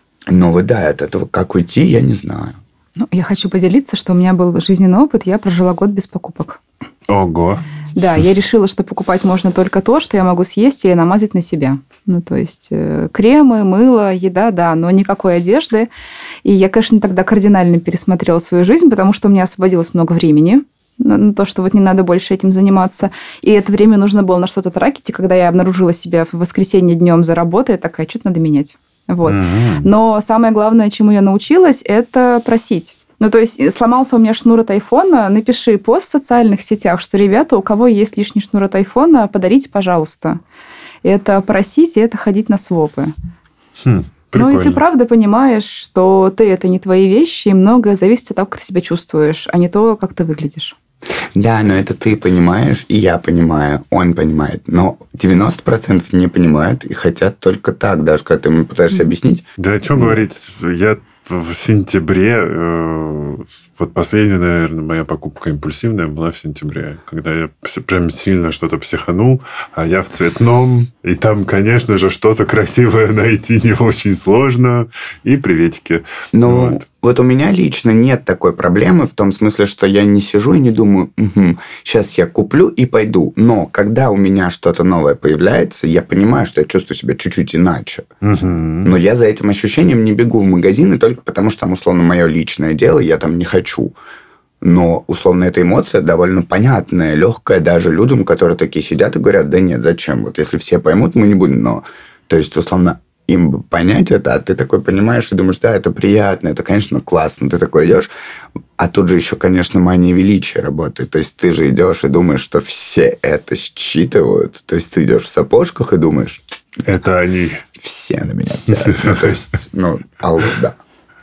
Но от этого как уйти, я не знаю. Я хочу поделиться, что у меня был жизненный опыт, я прожила год без покупок. Ого. Да, я решила, что покупать можно только то, что я могу съесть или намазать на себя. То есть кремы, мыло, еда, да, но никакой одежды. И я, конечно, тогда кардинально пересмотрела свою жизнь, потому что у меня освободилось много времени на то, что вот не надо больше этим заниматься. И это время нужно было на что-то тратить. И когда я обнаружила себя в воскресенье днем за работой, я такая, что-то надо менять. Вот. Но самое главное, чему я научилась, это просить. То есть, сломался у меня шнур от айфона, напиши пост в социальных сетях, что, ребята, у кого есть лишний шнур от айфона, подарите, пожалуйста. Это просить, и это ходить на свопы. Прикольно. И ты правда понимаешь, что это не твои вещи, и многое зависит от того, как ты себя чувствуешь, а не то, как ты выглядишь. Да, но это ты понимаешь, и я понимаю, он понимает. Но 90% не понимают и хотят только так, даже когда ты ему пытаешься объяснить. Да, о чем говорить? Я в сентябре, вот последняя, наверное, моя покупка импульсивная была в сентябре, когда я прям сильно что-то психанул, а я в цветном, и там, конечно же, что-то красивое найти не очень сложно, и приветики. Вот у меня лично нет такой проблемы в том смысле, что я не сижу и не думаю, сейчас я куплю и пойду. Но когда у меня что-то новое появляется, я понимаю, что я чувствую себя чуть-чуть иначе. Но я за этим ощущением не бегу в магазины только потому, что там, условно, мое личное дело, я там не хочу. Но, условно, эта эмоция довольно понятная, легкая даже людям, которые такие сидят и говорят, да нет, зачем? Вот если все поймут, мы не будем. Но, то есть, условно, им бы понять это, а ты такой понимаешь и думаешь, да, это приятно, это, конечно, классно. Ты такой идешь, а тут же еще, конечно, мания величия работает. То есть ты же идешь и думаешь, что все это считывают. То есть ты идешь в сапожках и думаешь... Это они. Все на меня пялят. То есть, да.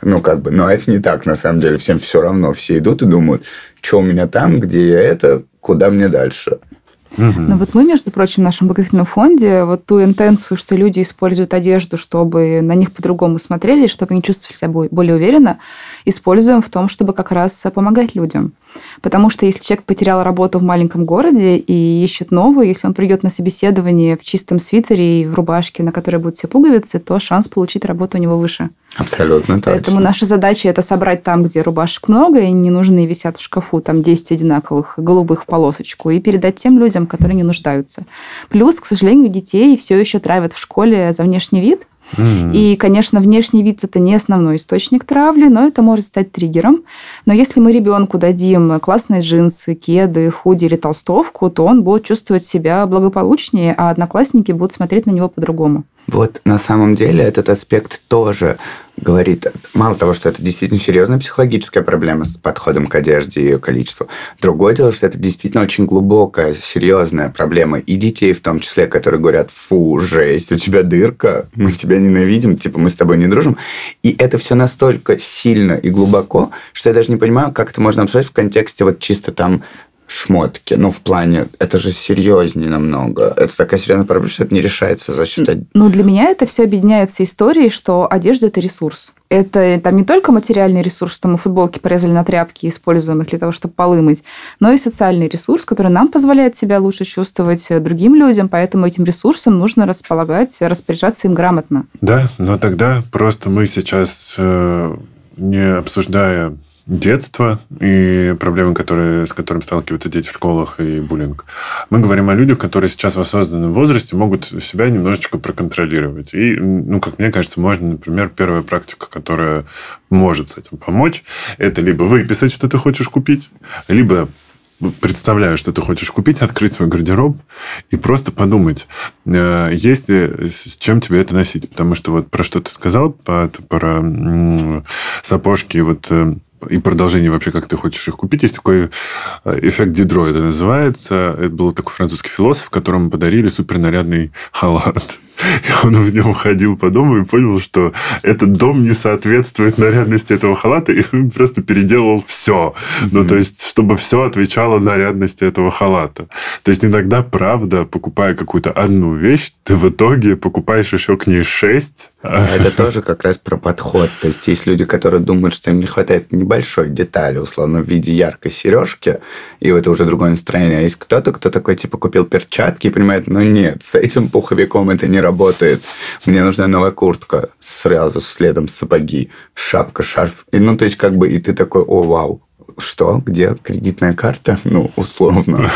Но это не так, на самом деле. Всем все равно. Все идут и думают, что у меня там, где я это, куда мне дальше. Но вот мы, между прочим, в нашем благотворительном фонде вот ту интенцию, что люди используют одежду, чтобы на них по-другому смотрели, чтобы они чувствовали себя более уверенно, используем в том, чтобы как раз помогать людям. Потому что если человек потерял работу в маленьком городе и ищет новую, если он придет на собеседование в чистом свитере и в рубашке, на которой будут все пуговицы, то шанс получить работу у него выше. Абсолютно точно. Поэтому наша задача – это собрать там, где рубашек много, и ненужные висят в шкафу, там 10 одинаковых, голубых в полосочку, и передать тем людям, которые не нуждаются. Плюс, к сожалению, детей все еще травят в школе за внешний вид. И, конечно, внешний вид – это не основной источник травли, но это может стать триггером. Но если мы ребенку дадим классные джинсы, кеды, худи или толстовку, то он будет чувствовать себя благополучнее, а одноклассники будут смотреть на него по-другому. Вот на самом деле этот аспект тоже говорит, мало того, что это действительно серьезная психологическая проблема с подходом к одежде и ее количеству, другое дело, что это действительно очень глубокая, серьезная проблема и детей в том числе, которые говорят: фу, жесть, у тебя дырка, мы тебя ненавидим, типа мы с тобой не дружим. И это все настолько сильно и глубоко, что я даже не понимаю, как это можно обсуждать в контексте вот чисто там шмотки. Ну, в плане, это же серьезнее намного. Это такая серьезная проблема, что это не решается за счет... Ну, для меня это все объединяется историей, что одежда – это ресурс. Это там не только материальный ресурс, что мы футболки порезали на тряпки и используем их для того, чтобы полы мыть, но и социальный ресурс, который нам позволяет себя лучше чувствовать другим людям, поэтому этим ресурсом нужно располагать, распоряжаться им грамотно. Да, но тогда просто мы сейчас, не обсуждая детство и проблемы, с которыми сталкиваются дети в школах и буллинг. Мы говорим о людях, которые сейчас в осознанном возрасте могут себя немножечко проконтролировать. И, как мне кажется, можно, например, первая практика, которая может с этим помочь, это либо выписать, что ты хочешь купить, либо, представляя, что ты хочешь купить, открыть свой гардероб и просто подумать, есть ли с чем тебе это носить. Потому что вот про что ты сказал, про сапожки, и продолжение вообще, как ты хочешь их купить. Есть такой эффект Дидро, это называется. Это был такой французский философ, которому подарили супернарядный халат. И он в нем ходил по дому и понял, что этот дом не соответствует нарядности этого халата, и он просто переделал все. То есть, чтобы все отвечало нарядности этого халата. То есть, иногда, правда, покупая какую-то одну вещь, ты в итоге покупаешь еще к ней 6. Это тоже как раз про подход. То есть, есть люди, которые думают, что им не хватает небольшой детали, условно, в виде яркой сережки, и это уже другое настроение. А есть кто-то, кто такой, типа, купил перчатки и понимает, нет, с этим пуховиком это не работает. Мне нужна новая куртка, сразу следом сапоги, шапка, шарф. И, то есть, и ты такой: о, вау, что, где кредитная карта? Условно.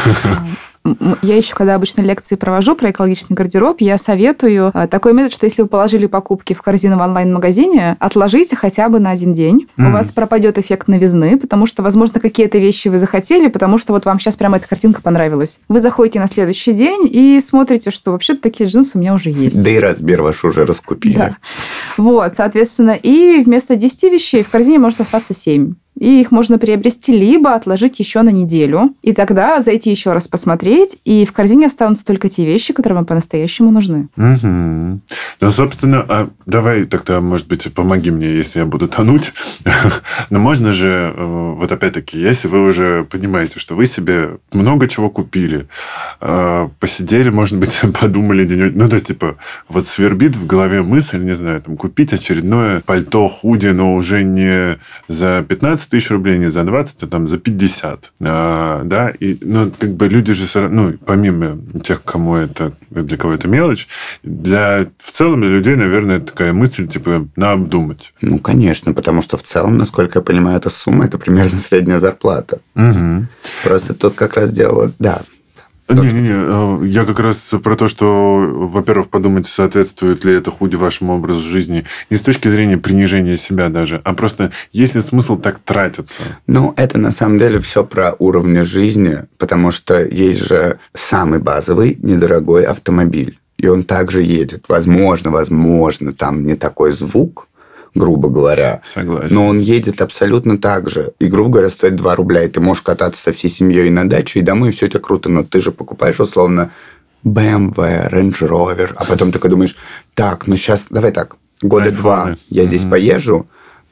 Я еще, когда обычно лекции провожу про экологичный гардероб, я советую такой метод, что если вы положили покупки в корзину в онлайн-магазине, отложите хотя бы на 1 день. У вас пропадет эффект новизны, потому что, возможно, какие-то вещи вы захотели, потому что вот вам сейчас прямо эта картинка понравилась. Вы заходите на следующий день и смотрите, что вообще-то такие джинсы у меня уже есть. Да и размер ваш уже раскупили. Да. Вот, соответственно, и вместо 10 вещей в корзине может остаться 7. И их можно приобрести, либо отложить еще на неделю, и тогда зайти еще раз посмотреть, и в корзине останутся только те вещи, которые вам по-настоящему нужны. Угу. Собственно, давай тогда, может быть, помоги мне, если я буду тонуть. Но можно же, вот опять-таки, если вы уже понимаете, что вы себе много чего купили, посидели, может быть, подумали денёк, то есть, типа, вот свербит в голове мысль, не знаю, купить очередное пальто, худи, но уже не за 15 тысяч рублей, не за 20, а за 50. Да, и, люди же, помимо тех, для кого это мелочь, в целом для людей, наверное, такая мысль, типа, надо обдумать. Конечно, потому что в целом, насколько я понимаю, эта сумма, это примерно средняя зарплата. Угу. Просто тут как раз дело, да. Не-не-не, я как раз про то, что, во-первых, подумать, соответствует ли это худи вашему образу жизни, не с точки зрения принижения себя даже, а просто есть ли смысл так тратиться? Это на самом деле все про уровни жизни, потому что есть же самый базовый недорогой автомобиль, и он также едет. Возможно, там не такой звук, грубо говоря. Согласен. Но он едет абсолютно так же. И, грубо говоря, стоит 2 рубля, и ты можешь кататься со всей семьей на дачу, и домой, и все это круто. Но ты же покупаешь, условно, BMW, Range Rover, а потом такой думаешь, так, сейчас, давай так, года 2 я здесь поезжу,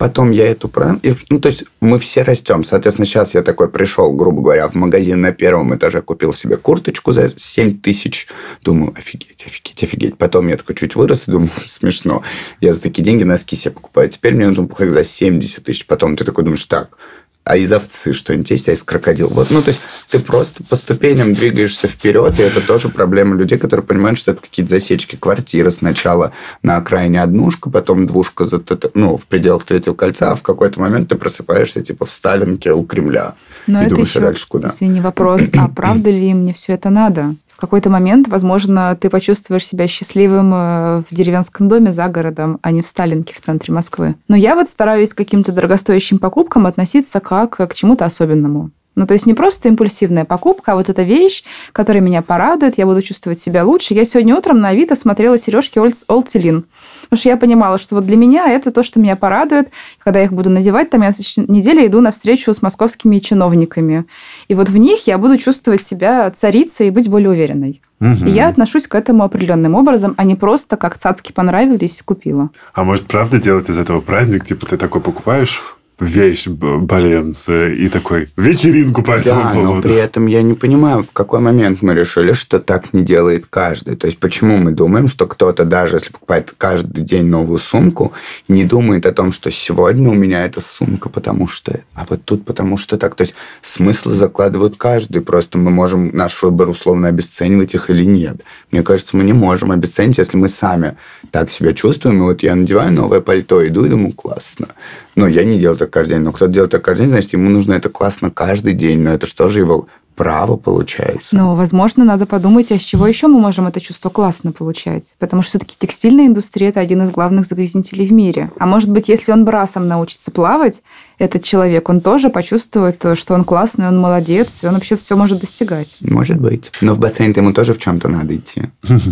потом я эту... Ну, то есть мы все растем. Соответственно, сейчас я такой пришел, грубо говоря, в магазин на первом этаже, купил себе курточку за 7 тысяч. Думаю, офигеть. Потом я такой чуть вырос и думаю, смешно. Я за такие деньги носки себе покупаю. Теперь мне нужен пуховик за 70 тысяч. Потом ты такой думаешь, так... А из овцы что-нибудь есть, а из крокодила? Вот, ну, то есть ты просто по ступеням двигаешься вперед, и это тоже проблема людей, которые понимают, что это какие-то засечки. Квартира сначала на окраине однушка, потом двушка в пределах третьего кольца, а в какой-то момент ты просыпаешься типа в Сталинке у Кремля. Но и это думаешь, еще, а дальше куда? извини, вопрос, а правда ли мне все это надо? В какой-то момент, возможно, ты почувствуешь себя счастливым в деревенском доме за городом, а не в Сталинке в центре Москвы. Но я вот стараюсь к каким-то дорогостоящим покупкам относиться как к чему-то особенному. Ну, то есть не просто импульсивная покупка, а вот эта вещь, которая меня порадует, я буду чувствовать себя лучше. Я сегодня утром на Авито смотрела сережки Old Celine, потому что я понимала, что вот для меня это то, что меня порадует. Когда я их буду надевать, там я на неделе иду на встречу с московскими чиновниками. И вот в них я буду чувствовать себя царицей и быть более уверенной. И я отношусь к этому определенным образом, а не просто как цацки понравились, купила. А может, правда делать из этого праздник? Типа ты такой покупаешь вещь Баленцы и такой вечеринку по этому поводу. Да, но при этом я не понимаю, в какой момент мы решили, что так не делает каждый. То есть, почему мы думаем, что кто-то, даже если покупает каждый день новую сумку, не думает о том, что сегодня у меня эта сумка, потому что... А вот тут потому что так. То есть, смыслы закладывают каждый. Просто мы можем наш выбор условно обесценивать их или нет. Мне кажется, мы не можем обесценить, если мы сами так себя чувствуем. И вот я надеваю новое пальто, иду и думаю, классно. Но я не делаю так каждый день. Но кто-то делает так каждый день, значит, ему нужно это классно каждый день. Но это что же его право получается? Но, возможно, надо подумать, а с чего еще мы можем это чувство классно получать? Потому что все-таки текстильная индустрия – это один из главных загрязнителей в мире. А может быть, если он брасом научится плавать, этот человек, он тоже почувствует, что он классный, он молодец, и он вообще все может достигать. Может быть. Но в бассейн ему тоже в чем-то надо идти.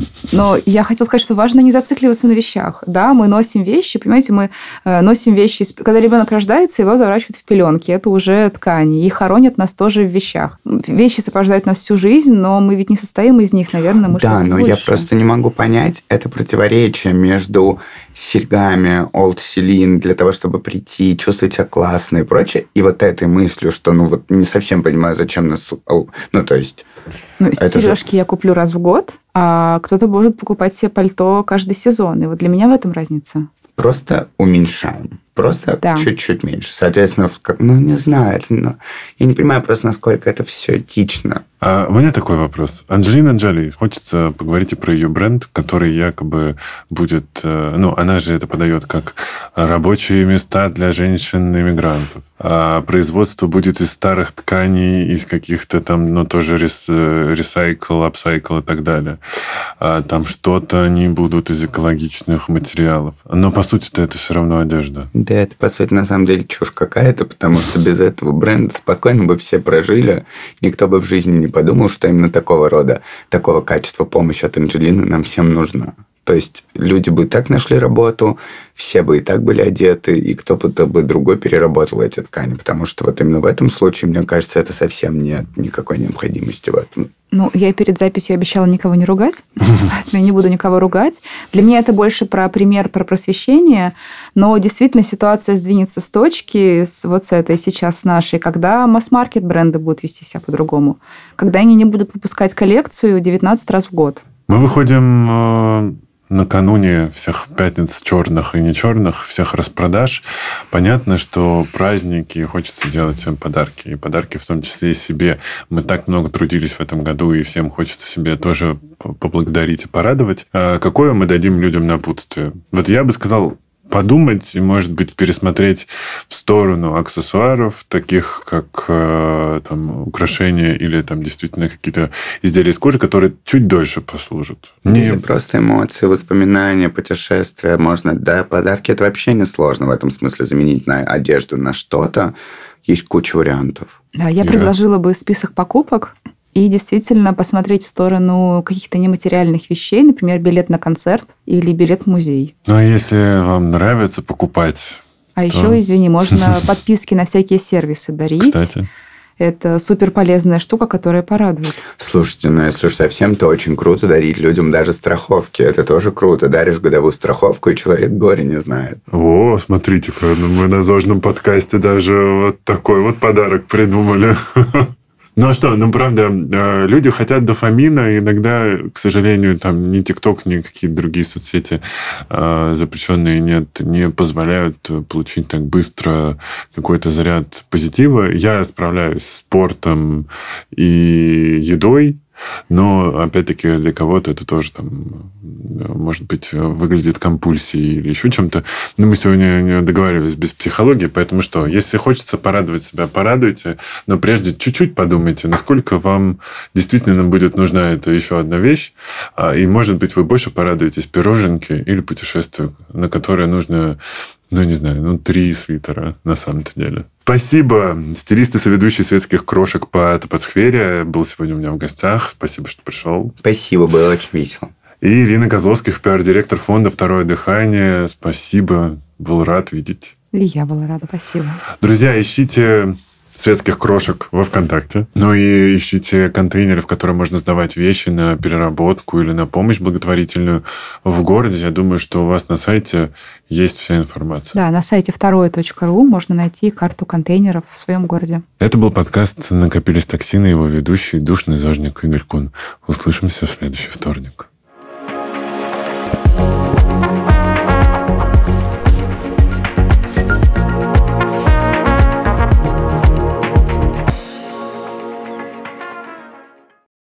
Но я хотела сказать, что важно не зацикливаться на вещах. Да, мы носим вещи, понимаете, мы носим вещи... Когда ребенок рождается, его заворачивают в пеленки. Это уже ткани. И хоронят нас тоже в вещах. Вещи сопровождают нас всю жизнь, но мы ведь не состоим из них, наверное, мы да, что-то но больше. Я просто не могу понять это противоречие между серьгами Old Celine для того, чтобы прийти, чувствовать себя классно и прочее, и вот этой мыслью, что, не совсем понимаю, зачем нас... то есть... сережки я куплю раз в год, а кто-то может покупать себе пальто каждый сезон. И вот для меня в этом разница. Просто уменьшаем. Просто чуть-чуть меньше. Соответственно, не знаю. Я не понимаю просто, насколько это все этично. А у меня такой вопрос. Анджелина Джоли. Хочется поговорить и про ее бренд, который якобы будет... она же это подает как рабочие места для женщин-иммигрантов. А производство будет из старых тканей, из каких-то там, тоже ресайкл, апсайкл и так далее. А там что-то они будут из экологичных материалов. Но, по сути-то, это все равно одежда. Да, это, по сути, на самом деле чушь какая-то, потому что без этого бренда спокойно бы все прожили. Никто бы в жизни не подумал, что именно такого рода, такого качества помощь от Анджелины нам всем нужна. То есть люди бы и так нашли работу, все бы и так были одеты, и кто-то бы другой переработал эти ткани. Потому что вот именно в этом случае, мне кажется, это совсем нет никакой необходимости в этом. Я перед записью обещала никого не ругать, поэтому я не буду никого ругать. Для меня это больше про пример, про просвещение, но действительно ситуация сдвинется с точки, с этой сейчас нашей, когда масс-маркет бренды будут вести себя по-другому, когда они не будут выпускать коллекцию 19 раз в год. Мы выходим... накануне всех пятниц черных и не черных, всех распродаж, понятно, что праздники, хочется делать всем подарки. И подарки в том числе и себе. Мы так много трудились в этом году, и всем хочется себе тоже поблагодарить и порадовать. А какое мы дадим людям напутствие? Вот я бы сказал, подумать и, может быть, пересмотреть в сторону аксессуаров, таких как украшения или действительно какие-то изделия из кожи, которые чуть дольше послужат. Или просто эмоции, воспоминания, путешествия. Можно, подарки это вообще несложно в этом смысле заменить на одежду на что-то. Есть куча вариантов. Да, я предложила бы список покупок и действительно посмотреть в сторону каких-то нематериальных вещей, например, билет на концерт или билет в музей. А если вам нравится покупать... А еще, извини, можно подписки на всякие сервисы дарить. Кстати. Это супер полезная штука, которая порадует. Слушайте, ну если уж совсем, то очень круто дарить людям даже страховки. Это тоже круто. Даришь годовую страховку, и человек горе не знает. О, смотрите, мы на ЗОЖном подкасте даже вот такой вот подарок придумали. Ну а что, правда, люди хотят дофамина, и иногда, к сожалению, там ни ТикТок, ни какие-то другие соцсети запрещенные не позволяют получить так быстро какой-то заряд позитива. Я справляюсь с спортом и едой, но, опять-таки, для кого-то это тоже там, может быть, выглядит компульсией или еще чем-то. Но мы сегодня не договаривались без психологии, поэтому что? Если хочется порадовать себя, порадуйте, но прежде чуть-чуть подумайте, насколько вам действительно будет нужна эта еще одна вещь, и, может быть, вы больше порадуетесь пироженке или путешествию, на которое нужно... 3 свитера на самом-то деле. Спасибо. Стилист и соведущий светских крошек по топосфере был сегодня у меня в гостях. Спасибо, что пришел. Спасибо, было очень весело. И Ирина Козловских, пиар-директор фонда «Второе дыхание». Спасибо. Был рад видеть. И я была рада, спасибо. Друзья, ищите светских крошек во ВКонтакте. Ну и ищите контейнеры, в которые можно сдавать вещи на переработку или на помощь благотворительную в городе. Я думаю, что у вас на сайте есть вся информация. Да, на сайте второе.ру можно найти карту контейнеров в своем городе. Это был подкаст «Накопились токсины», его ведущий, душный зожник Игорь Кун. Услышимся в следующий вторник.